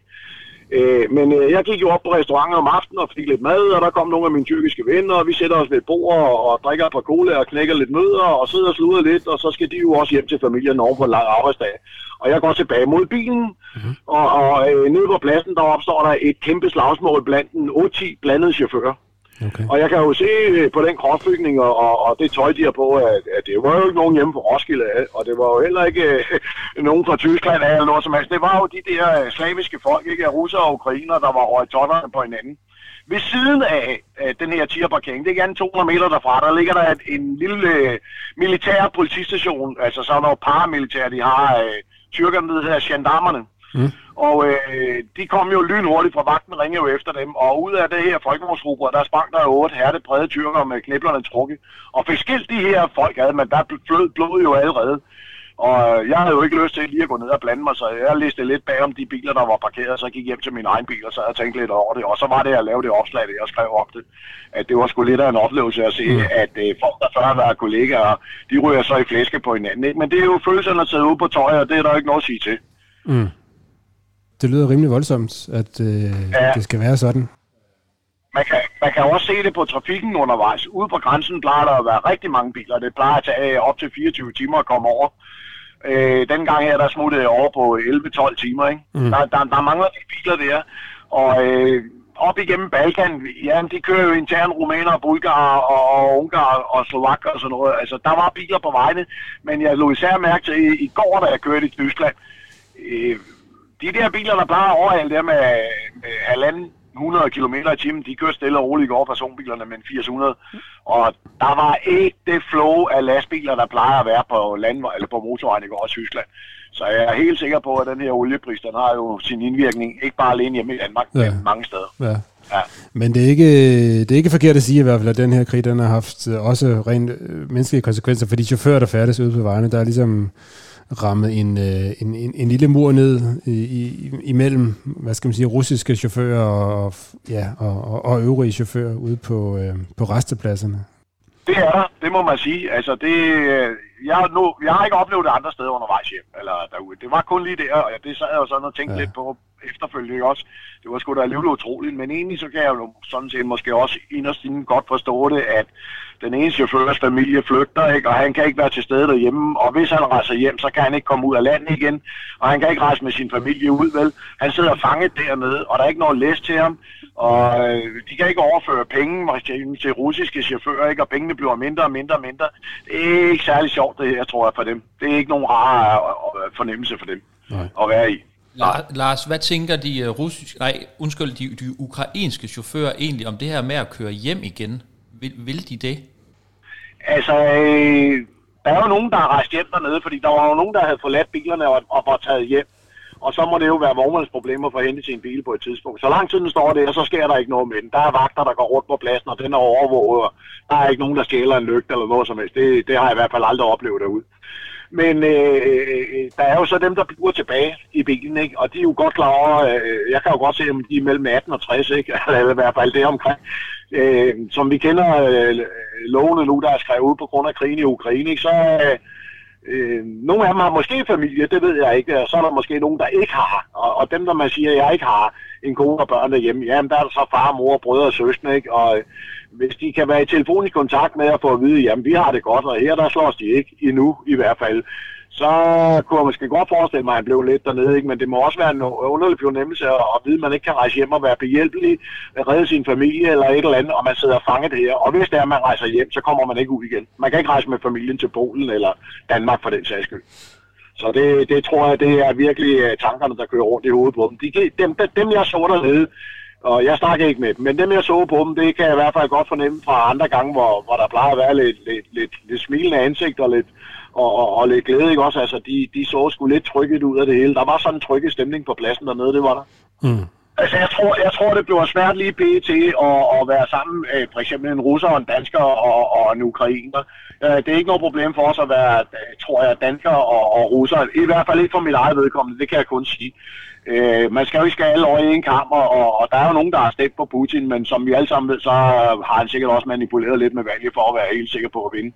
Øh, men øh, jeg gik jo op på restauranten om aftenen og fik lidt mad, og der kom nogle af mine tyrkiske venner, og vi sætter os ved et bord og, og drikker et par cola og knækker lidt nødder, og sidder og sluder lidt, og så skal de jo også hjem til familien oven på en lang arbejdsdag. Og jeg går tilbage mod bilen, mm-hmm. og, og øh, nede på pladsen, der opstår der et kæmpe slagsmål blandt en otte ti blandede chauffører. Okay. Og jeg kan jo se på den kropsbygning og, og, og det tøj, de har på, at, at det var jo ikke nogen hjemme fra Roskilde af, og det var jo heller ikke øh, nogen fra Tyskland af eller noget som helst. Det var jo de der slaviske folk, ikke, af russere og ukrainer, der var røget totterne på hinanden. Ved siden af øh, den her tierparkering, det er gerne to hundrede meter derfra, der ligger der et, en lille øh, militær politistation, altså sådan noget paramilitær, de har øh, tyrkerne, der hedder gendarmerne. Mm. Og øh, de kom jo lynhurtigt fra vagten, ringede jo efter dem, og ud af det her folkevognsgrupper, der sprang der jo otte hærde brede tyrker med kniblerne trukket, og fik skilt de her folk ad, men der flød blodet jo allerede. Og jeg havde jo ikke lyst til lige at gå ned og blande mig, så jeg læste lidt bag om de biler, der var parkeret, så jeg gik hjem til min egen bil, og så havde jeg tænkt lidt over det. Og så var det at lave det opslag, det jeg skrev om det, at det var sgu lidt af en oplevelse at se, mm. at øh, folk, der før har været kollegaer, de ryger så i flæske på hinanden. Ikke? Men det er jo følelserne at sidde ude på tøj, og det er der ikke noget at sige til. Mm. Det lyder rimelig voldsomt, at øh, ja. det skal være sådan. Man kan, man kan også se det på trafikken undervejs. Ude på grænsen plejer der at være rigtig mange biler. Det plejer at tage op til fireogtyve timer at komme over. Øh, den gang her, der smuttede jeg over på elleve tolv timer. Ikke? Mm. Der, der, der mangler de biler der. Og øh, op igennem Balkan, ja, de kører jo internt rumæner, bulgarer og, og ungarer og slovakker og sådan noget. Altså, der var biler på vejene, men jeg lå især mærke til i, i går, da jeg kørte i Tyskland. Øh, De der biler, der plejer overhælde der med, med halvanden hundrede kilometer i timen, de kører stille og roligt over personbilerne med en firs hundrede. Og der var ikke det flow af lastbiler, der plejer at være på landvej eller på motorvejen i går i Tyskland. Så jeg er helt sikker på, at den her oliepris, den har jo sin indvirkning, ikke bare alene hjemme i Danmark, ja. men mange steder. Ja. Ja. Men det er, ikke, det er ikke forkert at sige i hvert fald, at den her krig, den har haft også rent menneskelige konsekvenser for de chauffører, der færdes ude på vejene. Der er ligesom rammet en, en, en, en lille mur ned i, i, imellem, hvad skal man sige, russiske chauffører og, ja, og, og, og øvrige chauffører ude på, øh, på restepladserne. Det er der, det må man sige. Altså, det, jeg, nu, jeg har ikke oplevet det andre steder undervejs hjem, eller derude. Det var kun lige der, og det sad jeg jo sådan og tænkte ja. lidt på efterfølgende også. Det var sgu da alligevel utroligt, men egentlig så kan jeg jo sådan set måske også inderst inden godt forstå det, at den ene chaufførs familie flygter, ikke, og han kan ikke være til stede derhjemme, og hvis han rejser hjem, så kan han ikke komme ud af landet igen, og han kan ikke rejse med sin familie ud, vel. Han sidder fanget dernede, og der er ikke noget læs til ham, og øh, de kan ikke overføre penge til, til russiske chauffører, ikke, og pengene bliver mindre og mindre og mindre. Det er ikke særlig sjovt, det her, tror jeg, for dem. Det er ikke nogen rar fornemmelse for dem Nej. at være i. Lars, Lars, hvad tænker de russiske, nej, undskyld, de, de ukrainske chauffører egentlig om det her med at køre hjem igen? Vil, vil de det? Altså, øh, der er jo nogen, der har rejst hjem dernede, fordi der var jo nogen, der havde forladt bilerne og, og var taget hjem. Og så må det jo være vognmandsproblemer for at hente sin bil på et tidspunkt. Så lang tid den står der, så sker der ikke noget med den. Der er vagter, der går rundt på pladsen, og den er overvåget. Der er ikke nogen, der stjæler en lygte eller noget som helst. Det, det har jeg i hvert fald aldrig oplevet derude. Men øh, der er jo så dem, der bliver tilbage i bilen, ikke? Og de er jo godt klar over, øh, jeg kan jo godt se, om de er mellem atten og tres, ikke? Eller i hvert fald det omkring. Øh, som vi kender øh, lovene nu, der er skrevet ud på grund af krigen i Ukraine, ikke? Så øh, øh, nogle af dem har måske familie, det ved jeg ikke, og så er der måske nogen, der ikke har. Og, og dem, der man siger, at jeg ikke har en kone og børn derhjemme, jamen der er der så far, mor, brødre og søstre, ikke? Og øh, hvis de kan være i telefonisk kontakt med at få at vide, jamen vi har det godt, og her der slås de ikke endnu i hvert fald, så kunne jeg måske godt forestille mig, at han blev lidt dernede, ikke? Men det må også være en underlig fornemmelse at vide, at man ikke kan rejse hjem og være behjælpelig, redde sin familie eller et eller andet, og man sidder fanget her. Og hvis det er, at man rejser hjem, så kommer man ikke ud igen. Man kan ikke rejse med familien til Polen eller Danmark for den sags skyld. Så det, det tror jeg, det er virkelig tankerne, der kører rundt i hovedet på dem. De, dem, dem jeg så dernede, og jeg snakker ikke med dem, men dem jeg så på dem, det kan jeg i hvert fald godt fornemme fra andre gange, hvor, hvor der plejer at være lidt, lidt, lidt, lidt smilende ansigt og lidt, og, og, og lidt glæde, ikke også? Altså, de, de så sgu lidt trykket ud af det hele. Der var sådan en trykket stemning på pladsen dernede, det var der. Mm. Altså, jeg tror, jeg tror, det bliver svært lige pt. at, at være sammen med for eksempel en russer, en dansker og, og en ukrainer. Det er ikke noget problem for os at være, tror jeg, dansker og, og russer. I hvert fald ikke for mit eget vedkommende, det kan jeg kun sige. Uh, man skal jo ikke skære alle over i en kammer, og, og der er jo nogen, der har stemt på Putin, men som vi alle sammen ved, så har han sikkert også manipuleret lidt med valget for at være helt sikker på at vinde.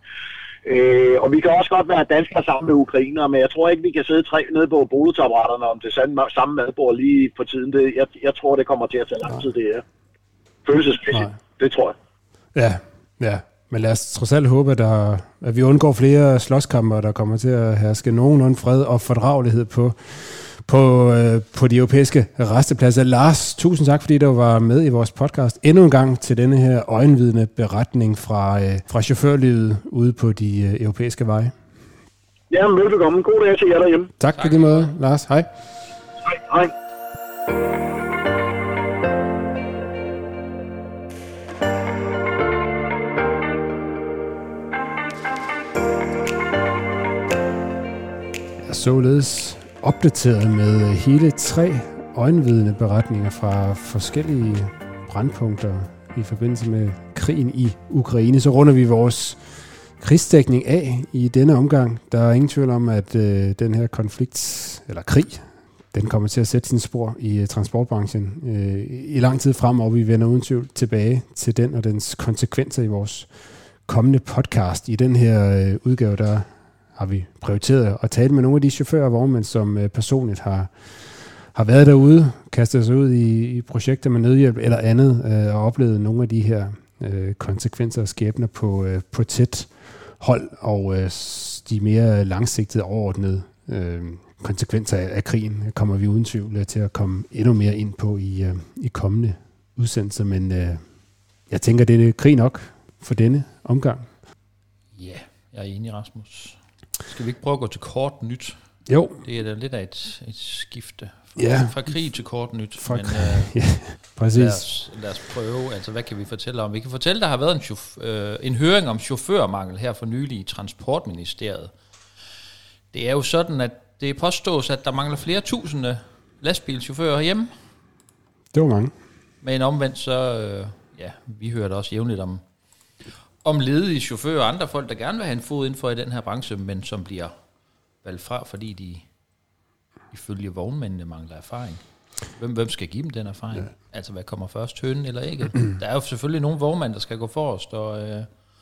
Uh, og vi kan også godt være danskere sammen med ukrainere, men jeg tror ikke, vi kan sidde tre nede på boligtabretterne om det samme madbord lige for tiden. Det, jeg, jeg tror, det kommer til at tage lang tid, det her. Følelsesmæssigt, det tror jeg. Ja, ja. Men lad os trods alt håbe, at, der, at vi undgår flere slåskamper, der kommer til at herske nogenlunde fred og fordragelighed på, på, øh, på de europæiske rastepladser. Lars, tusind tak, fordi du var med i vores podcast endnu en gang til denne her øjenvidende beretning fra, øh, fra chaufførlivet ude på de øh, europæiske veje. Ja, velbekomme. God dag til jer derhjemme. Tak på din måde, Lars. Hej. Hej. Hej. Således opdateret med hele tre øjenvidende beretninger fra forskellige brandpunkter i forbindelse med krigen i Ukraine. Så runder vi vores krigsdækning af i denne omgang. Der er ingen tvivl om, at øh, den her konflikt, eller krig, den kommer til at sætte sin spor i øh, transportbranchen øh, i lang tid frem, og vi vender uden tvivl tilbage til den og dens konsekvenser i vores kommende podcast. I den her øh, udgave, der har vi prioriteret at tale med nogle af de chauffører og vognmænd, som øh, personligt har, har været derude, kastet sig ud i, i projekter med nødhjælp eller andet, øh, og oplevet nogle af de her øh, konsekvenser og skæbner på, øh, på tæt hold, og øh, de mere langsigtede overordnede øh, konsekvenser af, af krigen kommer vi uden tvivl til at komme endnu mere ind på i, øh, i kommende udsendelser. Men øh, jeg tænker, det er krig nok for denne omgang. Ja, yeah, jeg er enig, Rasmus. Skal vi ikke prøve at gå til kort nyt? Jo. Det er da lidt af et, et skifte. Fra, ja. fra krig til kort nyt. Fra, men, øh, ja, præcis. Lad os, lad os prøve. Altså, hvad kan vi fortælle om? Vi kan fortælle, der har været en, chauff- øh, en høring om chaufførmangel her for nylig i Transportministeriet. Det er jo sådan, at det påstås, at der mangler flere tusinde lastbilchauffører hjemme. Det var mange. Men omvendt så, øh, ja, vi hører da også jævnligt om om ledige chauffører og andre folk, der gerne vil have en fod inden for i den her branche, men som bliver valgt fra, fordi de ifølge vognmændene mangler erfaring. Hvem, hvem skal give dem den erfaring? Ja. Altså, hvad kommer først, hønen eller ikke? Der er jo selvfølgelig nogle vognmænd, der skal gå forrest og, øh,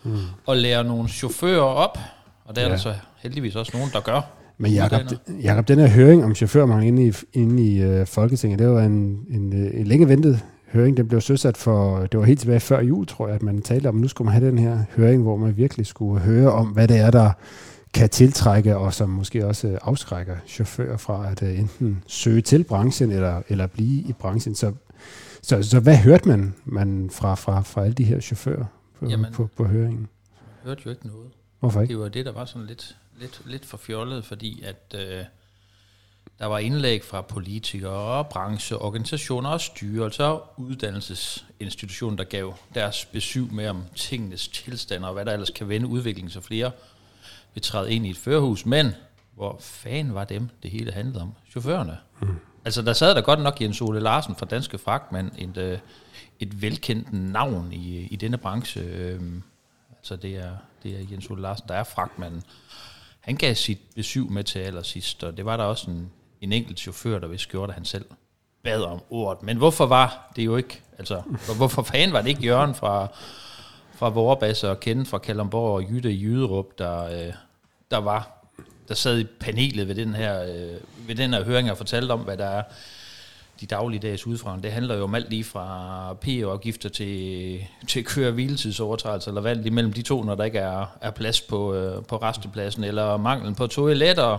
mm. og lære nogle chauffører op, og der ja. er der så heldigvis også nogen, der gør. Men Jacob, Jacob, den her høring om chaufførmangel inde i, inde i uh, Folketinget, det var en, en, en længe ventet høring. Den blev søsat for, det var helt tilbage før jul, tror jeg, at man talte om, nu skulle man have den her høring, hvor man virkelig skulle høre om, hvad det er, der kan tiltrække, og som måske også afskrækker chauffører fra at uh, enten søge til branchen, eller, eller blive i branchen. Så, så, så hvad hørte man, man fra, fra, fra alle de her chauffører på, Jamen, på, på høringen? Jeg hørte jo ikke noget. Hvorfor ikke? Det var det, der var sådan lidt, lidt, lidt for fjollet, fordi at øh, der var indlæg fra politikere og brancheorganisationer og styrelser og uddannelsesinstitutioner, der gav deres besyv med om tingenes tilstand og hvad der ellers kan vende udviklingen, så flere vil træde ind i et førerhus. Men hvor fanden var dem, det hele handlede om? Chaufførerne. Mm. Altså der sad der godt nok Jens Ole Larsen fra Danske Fragtmænd, et, et velkendt navn i, i denne branche. Altså det er, det er Jens Ole Larsen, der er fragtmanden. Han gav sit besyv med til allersidst, og det var der også en, en enkelt chauffør, der vist gjorde det, han selv bad om ordet. Men hvorfor var det jo ikke, altså hvorfor fanden var det ikke Jørgen fra, fra Vorbasse og Kenneth fra Kalundborg og Jytte i Jyderup, der, øh, der var, der sad i panelet ved den her, øh, ved den her høring og fortalte om, hvad der er de daglige dages udfragen. Det handler jo om alt lige fra P-afgifter til, til køre- og hviletidsovertrædelser, eller valg imellem de to, når der ikke er, er plads på, øh, på restepladsen, eller manglen på toiletter,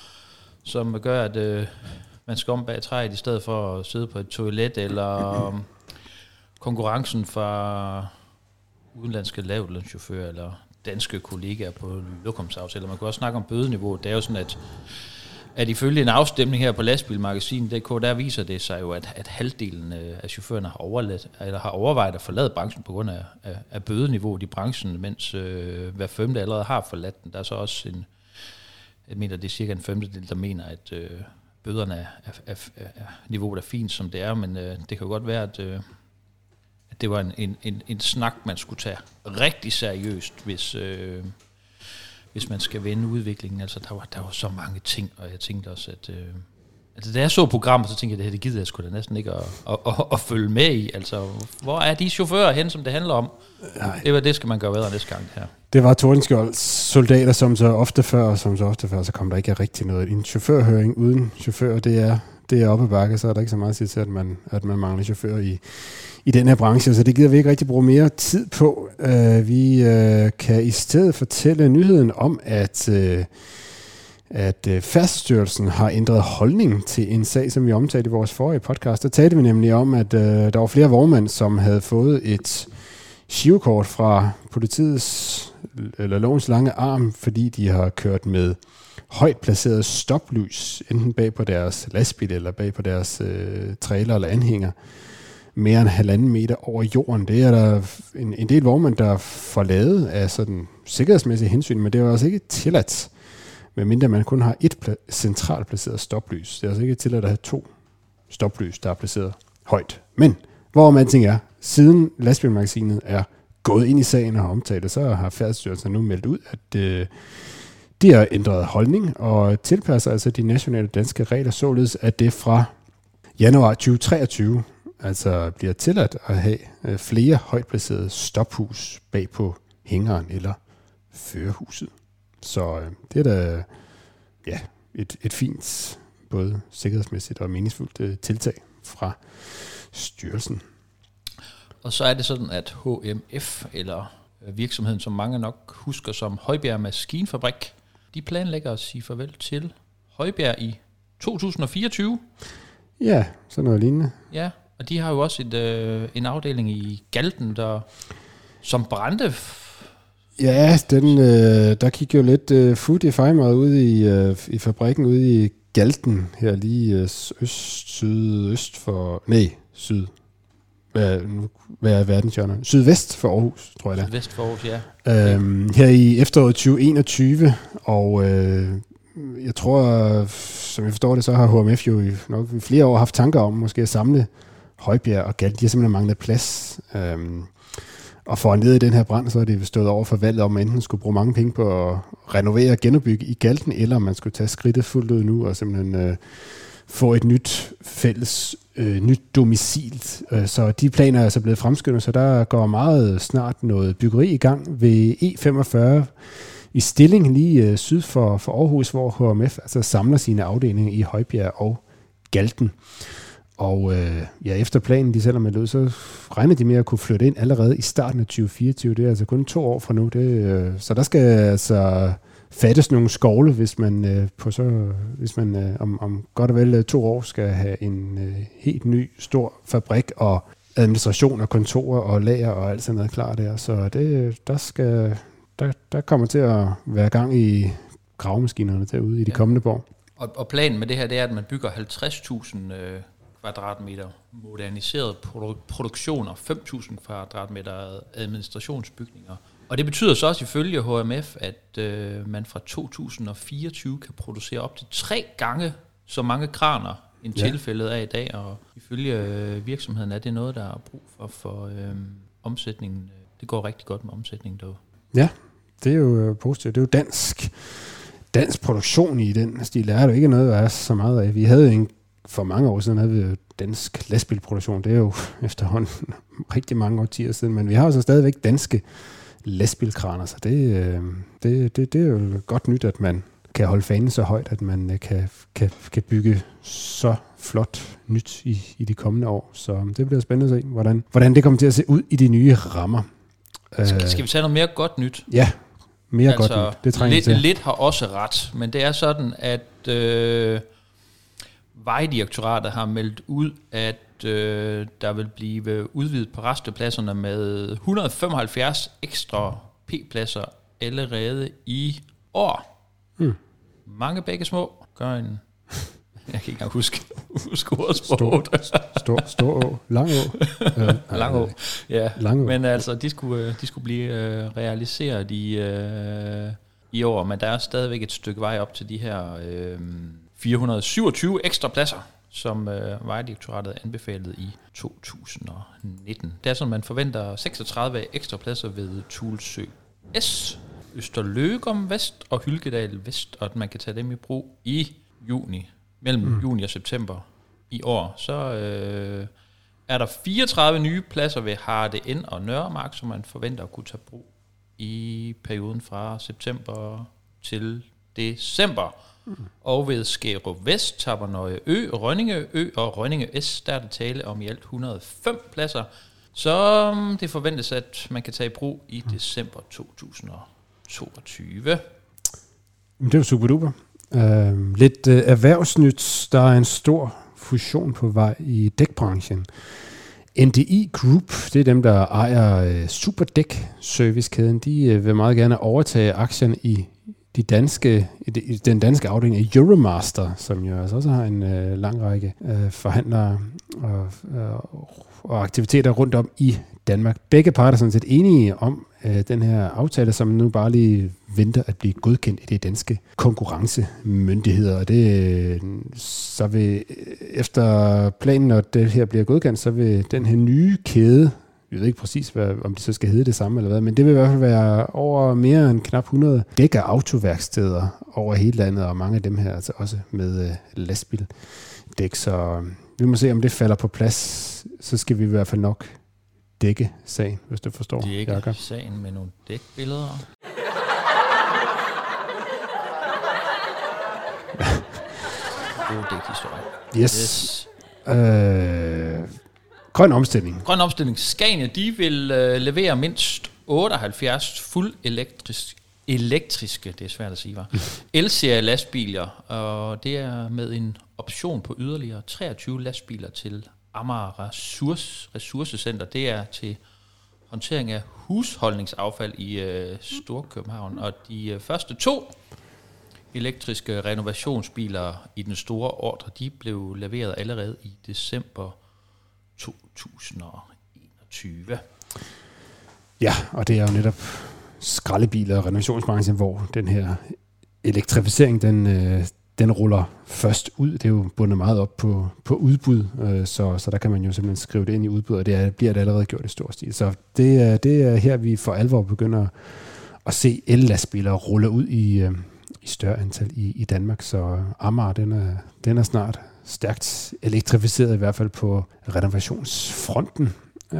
som gør, at øh, man skal om bag træet i stedet for at sidde på et toilet, eller um, konkurrencen fra udenlandske lavtlønschauffører, eller danske kollegaer på lokumsaftaler. Man kan også snakke om bødeniveau. Det er jo sådan, at at ifølge en afstemning her på lastbilmagasinet punktum d k, der viser det sig jo, at, at halvdelen af chaufførerne har, overlet, eller har overvejet at forlade branchen på grund af, af, af bødeniveauet i branchen, mens øh, hver femte allerede har forladt den. Der er så også en, jeg mener, det er cirka en femtedel, der mener, at øh, bøderne er, er, er, er niveauet er fint, som det er, men øh, det kan jo godt være, at, øh, at det var en, en, en, en snak, man skulle tage rigtig seriøst, hvis... Øh, hvis man skal vende udviklingen. Altså, der var, der var så mange ting, og jeg tænkte også, at... Øh, altså, da jeg så programmet, så tænkte jeg, at det her, det gider jeg sgu da næsten ikke at, at, at, at følge med i. Altså, hvor er de chauffører hen, som det handler om? Nej. Det var det, skal man gøre bedre næste gang her. Det var Tordenskjolds soldater, som så ofte før, og som så ofte før, så kom der ikke rigtig noget. En chaufførhøring uden chauffør, det er, det er oppe ad bakke, så er der ikke så meget at sige til, at man, at man mangler chauffører i, i den her branche, så det gider vi ikke rigtig bruge mere tid på. Uh, vi uh, kan i stedet fortælle nyheden om, at, uh, at uh, Færdselsstyrelsen har ændret holdning til en sag, som vi omtalte i vores forrige podcast. Der talte vi nemlig om, at uh, der var flere vognmænd, som havde fået et girokort fra politiets eller lovens lange arm, fordi de har kørt med højt placeret stoplys, enten bag på deres lastbil eller bag på deres uh, trailer eller anhænger, mere end halvanden meter over jorden. Det er der en, en del vognmænd, der får lavet af sådan sikkerhedsmæssige hensyn, men det er også ikke tilladt, medmindre man kun har et pla- centralt placeret stoplys. Det er altså ikke tilladt at have to stoplys, der er placeret højt. Men hvor man tænker er, siden lastbilmagasinet er gået ind i sagen og har omtalt, så har Færdselsstyrelsen nu meldt ud, at øh, de har ændret holdning og tilpasser altså de nationale danske regler, således at det fra januar tyve treogtyve altså bliver tilladt at have øh, flere højt placerede stophus bag på hængeren eller førerhuset. Så øh, det er da ja, et, et fint, både sikkerhedsmæssigt og meningsfuldt øh, tiltag fra styrelsen. Og så er det sådan, at H M F, eller virksomheden, som mange nok husker som Højbjerg Maskinfabrik, de planlægger at sige farvel til Højbjerg i to tusind og fireogtyve. Ja, sådan noget lignende. Ja, og de har jo også et, øh, en afdeling i Galten, der som brændte. Ja, den, øh, der kiggede jo lidt øh, food i fejmad ude i, øh, i fabrikken ude i Galten, her lige øh, øst, sydøst for, nej, syd. Hvad, hvad er verdenshjørnet? Sydvest for Aarhus, tror jeg det er. Sydvest for Aarhus, ja. Øhm, her i efteråret tyve enogtyve, og øh, jeg tror, som jeg forstår det, så har H M F jo i, nok i flere år haft tanker om måske at samle Højbjerg og Galten. De har simpelthen manglet plads. Øhm, og for at lede i den her brand, så er det stået over for valget om, man enten skulle bruge mange penge på at renovere og genopbygge i Galten, eller om man skulle tage skridtet fuldt ud nu og simpelthen øh, få et nyt fælles, øh, nyt domicil. Øh, så de planer er altså blevet fremskyndet, så der går meget snart noget byggeri i gang ved E femogfyrre i Stilling, lige øh, syd for, for Aarhus, hvor H M F altså samler sine afdelinger i Højbjerg og Galten. Og øh, ja, efter planen, de selv har meldt ud, så regner de med at kunne flytte ind allerede i starten af tyve fireogtyve. Det er altså kun to år fra nu. Det, øh, så der skal altså fattes nogle skovle, hvis man, øh, på så, hvis man øh, om, om godt og vel to år skal have en øh, helt ny, stor fabrik og administration og kontorer og lager og alt sådan noget klar der. Så det, der, skal, der, der kommer til at være gang i gravemaskinerne derude i de ja. kommende år. Og, og planen med det her, det er, at man bygger halvtreds tusind øh, kvadratmeter moderniseret produ- produktion og fem tusind kvadratmeter administrationsbygninger. Og det betyder så også ifølge H M F, at øh, man fra to tusind fireogtyve kan producere op til tre gange så mange kraner, end ja. tilfældet er i dag. Og ifølge øh, virksomheden er det noget, der er brug for for øh, omsætningen. Det går rigtig godt med omsætningen derude. Ja, det er jo positivt. Det er jo dansk, dansk produktion i den stil. Der er jo ikke noget, der er så meget af. Vi havde en For mange år siden havde vi jo dansk lastbilproduktion. Det er jo efterhånden rigtig mange årtier siden, men vi har jo så stadigvæk danske lastbilkraner, så det, det, det, det er jo godt nyt, at man kan holde fanen så højt, at man kan, kan, kan bygge så flot nyt i, i de kommende år. Så det bliver spændende at se, hvordan, hvordan det kommer til at se ud i de nye rammer. Skal, skal vi tage noget mere godt nyt? Ja, mere altså, godt nyt. Det trænger lidt, til. Lidt har også ret, men det er sådan, at øh, Vejdirektoratet har meldt ud, at øh, der vil blive udvidet på restepladserne med et hundrede og femoghalvfjerds ekstra P-pladser allerede i år. Hmm. Mange begge små gør en... Jeg kan ikke engang huske, huske ordsproget. Stor, stor, stor å. Lang å. Øh, lang å, ja. Lang å. Men altså, de skulle, de skulle blive øh, realiseret i, øh, i år, men der er stadigvæk et stykke vej op til de her øh, fire hundrede og syvogtyve ekstra pladser, som øh, Vejdirektoratet anbefalede i to tusind nitten. Det er sådan, man forventer seksogtredive ekstra pladser ved Tulsø S, Østerløgum Vest og Hylkedal Vest, og at man kan tage dem i brug i juni. Mellem mm. juni og september i år, så øh, er der fireogtredive nye pladser ved Harde N og Nørremark, som man forventer at kunne tage brug i perioden fra september til december. Mm. Og ved Skærup Vest, Tabernøje Ø, Rønninge Ø og Rønninge S, der er der tale om i alt et hundrede og fem pladser, som det forventes, at man kan tage i brug i december to tusind toogtyve. Det er jo super duper. Uh, lidt uh, erhvervsnyt. Der er en stor fusion på vej i dækbranchen. N D I Group, det er dem, der ejer uh, Superdæk servicekæden. De uh, vil meget gerne overtage aktierne i de danske, i, de, i den danske afdeling af Euromaster, som jo altså også har en uh, lang række uh, forhandlere og, uh, og aktiviteter rundt om i Danmark. Begge parter er sådan set enige om uh, den her aftale, som nu bare lige venter at blive godkendt i de danske konkurrencemyndigheder. Og det, så vil, efter planen, når det her bliver godkendt, så vil den her nye kæde, jeg ved ikke præcis, hvad, om det så skal hedde det samme eller hvad, men det vil i hvert fald være over mere end knap hundrede dæk- og autoværksteder over hele landet, og mange af dem her altså også med uh, lastbildæk. Så vi må se, om det falder på plads. Så skal vi i hvert fald nok dække sagen, hvis du forstår. Det er ikke Jakob. sagen med nogle dækbilleder. God dækhistorie. Yes. yes. Øh, grøn omstilling. Grøn omstilling. Scania, de vil øh, levere mindst otteoghalvfjerds fuld elektrisk, elektriske, det er svært at sige, var, el-serie lastbiler, og det er med en option på yderligere treogtyve lastbiler til Amager Ressource, Ressourcecenter. Det er til håndtering af husholdningsaffald i øh, Storkøbenhavn, og de øh, første to elektriske renovationsbiler i den store ordre, de blev leveret allerede i december to tusind enogtyve. Ja, og det er jo netop skraldebiler og renovationsbranchen, hvor den her elektrificering, den, øh, den ruller først ud. Det er jo bundet meget op på, på udbud, øh, så, så der kan man jo simpelthen skrive det ind i udbud, og det er, bliver det allerede gjort i stor stil. Så det er, det er her, vi for alvor begynder at se el-lastbiler rulle ud i, øh, i større antal i, i Danmark. Så Amager, den er, den er snart, stærkt elektrificeret, i hvert fald på renovationsfronten. Øh,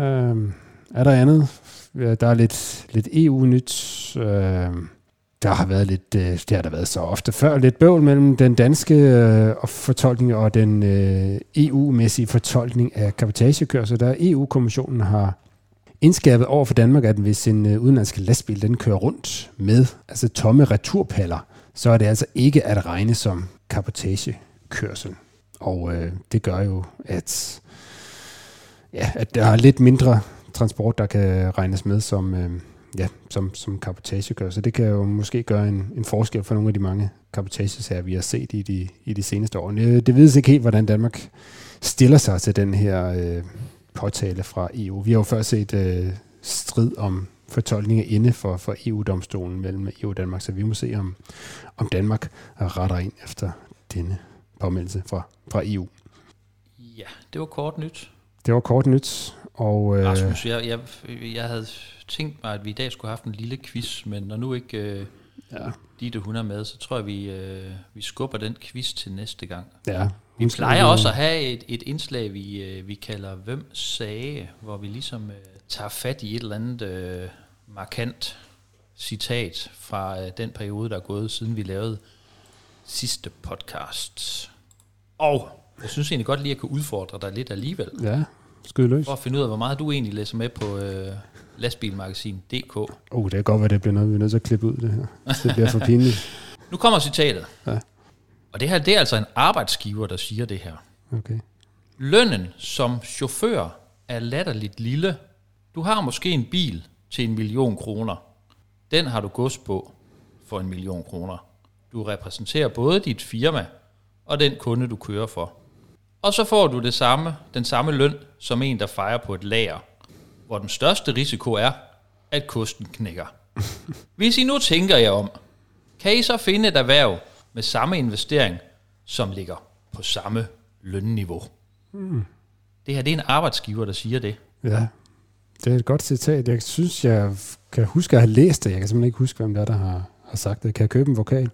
er der andet? Ja, der er lidt, lidt E U-nyt. Øh, der har været lidt, øh, det har der været så ofte før, lidt bøvl mellem den danske øh, fortolkning og den øh, E U-mæssige fortolkning af cabotagekørsel. Der E U-kommissionen har indskærpet over for Danmark, at hvis en øh, udenlandsk lastbil den kører rundt med altså tomme returpaller, så er det altså ikke at regne som cabotagekørsel. Og øh, det gør jo, at, ja, at der er lidt mindre transport, der kan regnes med som, øh, ja, som, som cabotagekørsel. Det kan jo måske gøre en, en forskel for nogle af de mange cabotagesager, vi har set i de, i de seneste år. Det, det vides ikke helt, hvordan Danmark stiller sig til den her øh, påtale fra E U. Vi har jo før set øh, strid om fortolkninger inde for, for E U-domstolen mellem E U og Danmark, så vi må se, om, om Danmark retter ind efter denne påmeldelse fra, fra E U. Ja, det var kort nyt. Det var kort nyt. Og, øh, Rasmus, jeg, jeg, jeg havde tænkt mig, at vi i dag skulle have haft en lille quiz, men når nu ikke øh, ja. Ditte hun er med, så tror jeg, vi, øh, vi skubber den quiz til næste gang. Ja, vi plejer også at have et, et indslag, vi, øh, vi kalder Hvem sagde, hvor vi ligesom øh, tager fat i et eller andet øh, markant citat fra øh, den periode, der er gået, siden vi lavede sidste podcast. Og jeg synes egentlig godt lige, at jeg kan udfordre dig lidt alligevel. Ja, skyd løs. For at finde ud af, hvor meget du egentlig læser med på øh, lastbilmagasin punktum d k. Åh, oh, det kan godt være, det bliver noget, vi er nødt til at klippe ud, det her. Det bliver for pinligt. Nu kommer citatet. Ja. Og det her, det er altså en arbejdsgiver, der siger det her. Okay. Lønnen som chauffør er latterligt lille. Du har måske en bil til en million kroner. Den har du gods på for en million kroner. Du repræsenterer både dit firma og den kunde, du kører for. Og så får du det samme, den samme løn som en, der fejrer på et lager, hvor den største risiko er, at kosten knækker. Hvis I nu tænker jer om, kan I så finde et erhverv med samme investering, som ligger på samme lønniveau? Mm. Det her, det er en arbejdsgiver, der siger det. Ja, det er et godt citat. Jeg synes, jeg kan huske at have læst det. Jeg kan simpelthen ikke huske, hvem det er, der har, har sagt det. Kan jeg købe en vokal?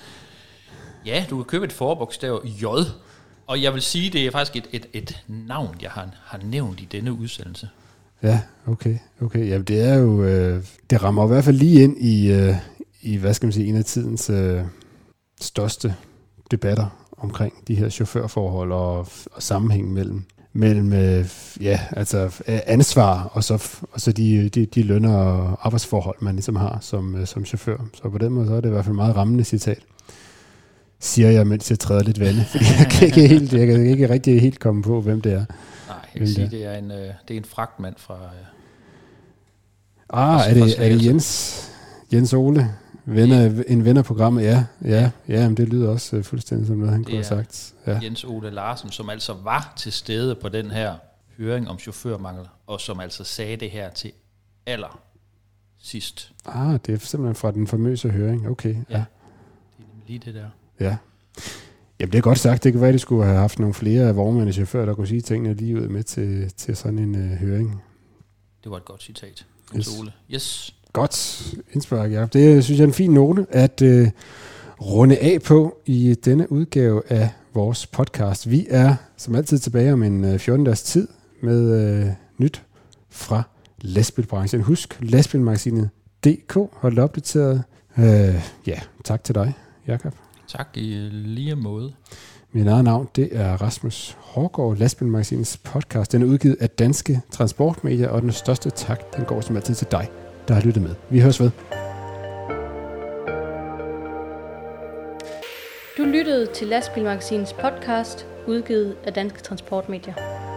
Ja, du kan købe et forbogstav J. Og jeg vil sige, det er faktisk et, et, et navn, jeg har, har nævnt i denne udsendelse. Ja, okay. okay. Ja, det er jo, øh, det rammer i hvert fald lige ind i, øh, i hvad skal man sige, en af tidens øh, største debatter omkring de her chaufførforhold og, og sammenhæng mellem, mellem øh, ja, altså ansvar og så, og så de, de, de lønner og arbejdsforhold, man ligesom har som, øh, som chauffør. Så på den måde så er det i hvert fald meget rammende citat. Siger jeg, mens jeg træder lidt vande, fordi jeg kan ikke, helt, jeg kan ikke rigtig helt komme på, hvem det er. Nej, jeg vil sige, det er en, øh, det er en fragtmand fra... Øh, ah, er det, er det Jens, Jens Ole? Venner, en ven af programmet, ja. Ja, ja men det lyder også uh, fuldstændig som noget, han kunne have sagt. Ja. Jens Ole Larsen, som altså var til stede på den her høring om chaufførmangel, og som altså sagde det her til aller sidst. Ah, det er simpelthen fra den famøse høring, okay. Ja, ja. Det er lige det der. Ja. Jamen det er godt sagt, det kan være, at de skulle have haft nogle flere vognmænd og chauffører, der kunne sige tingene lige ud med til, til sådan en uh, høring. Det var et godt citat, Jens yes. Ole. Yes. Godt indspark, Jacob. Det synes jeg er en fin note at uh, runde af på i denne udgave af vores podcast. Vi er som altid tilbage om en uh, fjorten dages tid med uh, nyt fra lastbilbranchen. Husk lastbilmagasinet punktum d k. Hold opdateret. Uh, ja, tak til dig, Jacob. Tak i lige måde. Mit eget navn, det er Rasmus Hårgaard, Lastbilmagasinets podcast. Den er udgivet af Danske Transportmedier, og den største tak, den går som altid til dig, der har lyttet med. Vi høres ved. Du lyttede til Lastbilmagasinets podcast, udgivet af Danske Transportmedier.